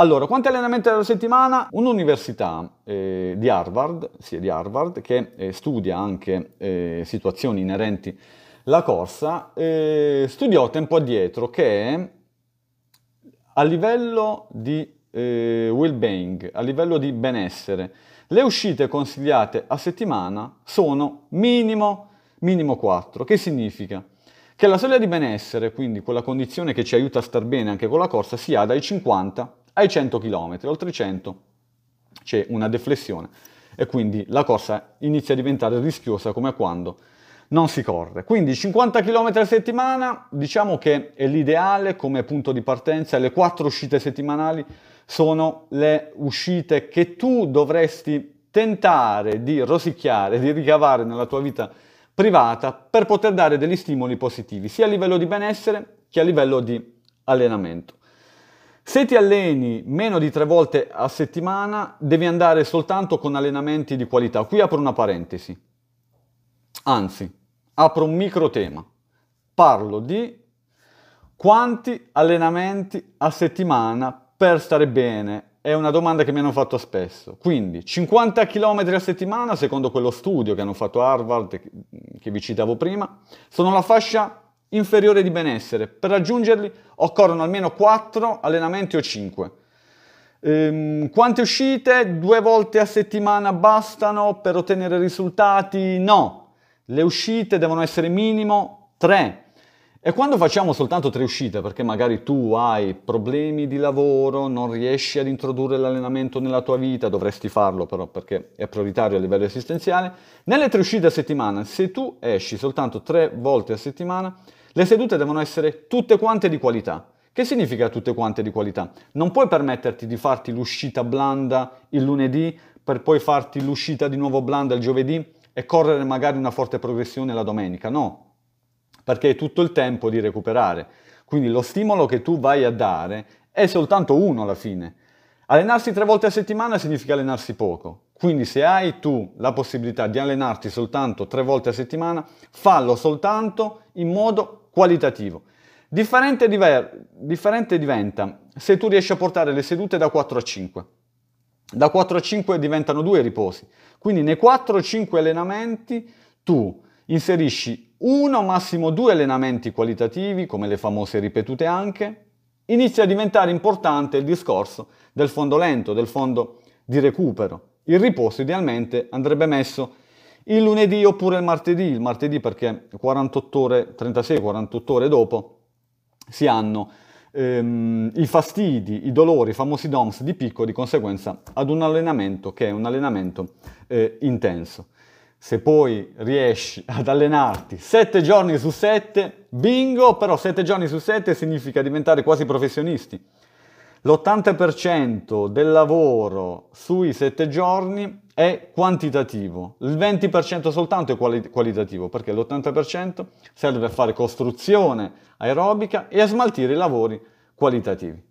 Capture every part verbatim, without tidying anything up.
Allora, quanti allenamenti alla settimana? Un'università eh, di Harvard, sì, di Harvard, che eh, studia anche eh, situazioni inerenti alla corsa, eh, studiò tempo addietro che a livello di eh, well-being, a livello di benessere, le uscite consigliate a settimana sono minimo, minimo quattro. Che significa? Che la soglia di benessere, quindi quella condizione che ci aiuta a star bene anche con la corsa, sia dai cinquanta ai cento chilometri. Oltre i cento c'è una deflessione e quindi la corsa inizia a diventare rischiosa come quando non si corre. Quindi cinquanta chilometri a settimana diciamo che è l'ideale come punto di partenza, e le quattro uscite settimanali sono le uscite che tu dovresti tentare di rosicchiare, di ricavare nella tua vita privata per poter dare degli stimoli positivi, sia a livello di benessere che a livello di allenamento. Se ti alleni meno di tre volte a settimana, devi andare soltanto con allenamenti di qualità. Qui apro una parentesi, anzi, apro un micro tema. Parlo di quanti allenamenti a settimana per stare bene. È una domanda che mi hanno fatto spesso. Quindi cinquanta chilometri a settimana, secondo quello studio che hanno fatto a Harvard, che vi citavo prima, sono la fascia inferiore di benessere. Per raggiungerli occorrono almeno quattro allenamenti o cinque. Ehm, quante uscite? Due volte a settimana bastano per ottenere risultati? No. Le uscite devono essere minimo tre. E quando facciamo soltanto tre uscite, perché magari tu hai problemi di lavoro, non riesci ad introdurre l'allenamento nella tua vita, dovresti farlo però perché è prioritario a livello esistenziale, nelle tre uscite a settimana, se tu esci soltanto tre volte a settimana, le sedute devono essere tutte quante di qualità. Che significa tutte quante di qualità? Non puoi permetterti di farti l'uscita blanda il lunedì per poi farti l'uscita di nuovo blanda il giovedì e correre magari una forte progressione la domenica, no. Perché è tutto il tempo di recuperare. Quindi lo stimolo che tu vai a dare è soltanto uno alla fine. Allenarsi tre volte a settimana significa allenarsi poco. Quindi se hai tu la possibilità di allenarti soltanto tre volte a settimana, fallo soltanto in modo qualitativo. Differente, diver- differente diventa se tu riesci a portare le sedute da quattro a cinque. Da quattro a cinque diventano due riposi. Quindi nei quattro o cinque allenamenti tu inserisci uno, massimo due allenamenti qualitativi, come le famose ripetute anche. Inizia a diventare importante il discorso del fondo lento, del fondo di recupero. Il riposo idealmente andrebbe messo il lunedì oppure il martedì, il martedì perché quarantotto ore, trentasei quarantotto ore dopo si hanno ehm, i fastidi, i dolori, i famosi D O M S di picco, di conseguenza ad un allenamento che è un allenamento eh, intenso. Se poi riesci ad allenarti sette giorni su sette, bingo, però sette giorni su sette significa diventare quasi professionisti. L'ottanta per cento del lavoro sui sette giorni è quantitativo, il venti per cento soltanto è quali- qualitativo, perché l'ottanta per cento serve a fare costruzione aerobica e a smaltire i lavori qualitativi.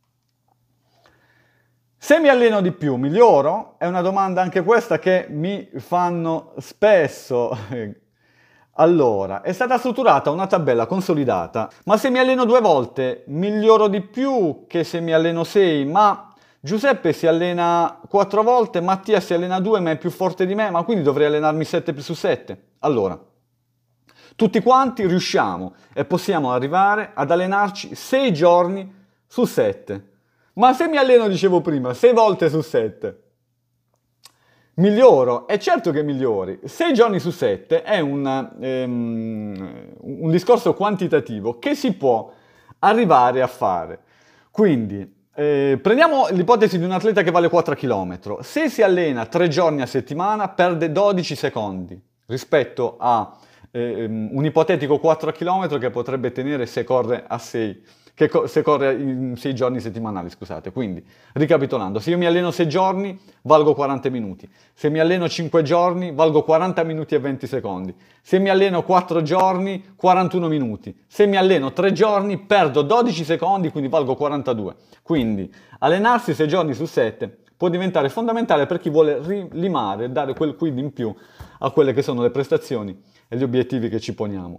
Se mi alleno di più, miglioro? È una domanda anche questa che mi fanno spesso. Allora, è stata strutturata una tabella consolidata, ma se mi alleno due volte, miglioro di più che se mi alleno sei, ma Giuseppe si allena quattro volte, Mattia si allena due, ma è più forte di me, ma quindi dovrei allenarmi sette su sette. Allora, tutti quanti riusciamo e possiamo arrivare ad allenarci sei giorni su sette. Ma se mi alleno, dicevo prima, sei volte su sette, miglioro? È certo che migliori. sei giorni su sette è un, um, un discorso quantitativo che si può arrivare a fare. Quindi, eh, prendiamo l'ipotesi di un atleta che vale quattro chilometri. Se si allena tre giorni a settimana, perde dodici secondi rispetto a eh, un ipotetico quattro chilometri che potrebbe tenere se corre a sei. Che co- se corre in sei giorni settimanali, scusate. Quindi, ricapitolando, se io mi alleno sei giorni, valgo quaranta minuti. Se mi alleno cinque giorni, valgo quaranta minuti e venti secondi. Se mi alleno quattro giorni, quarantuno minuti. Se mi alleno tre giorni, perdo dodici secondi, quindi valgo quarantadue. Quindi, allenarsi sei giorni su sette può diventare fondamentale per chi vuole rimare, dare quel quid in più a quelle che sono le prestazioni e gli obiettivi che ci poniamo.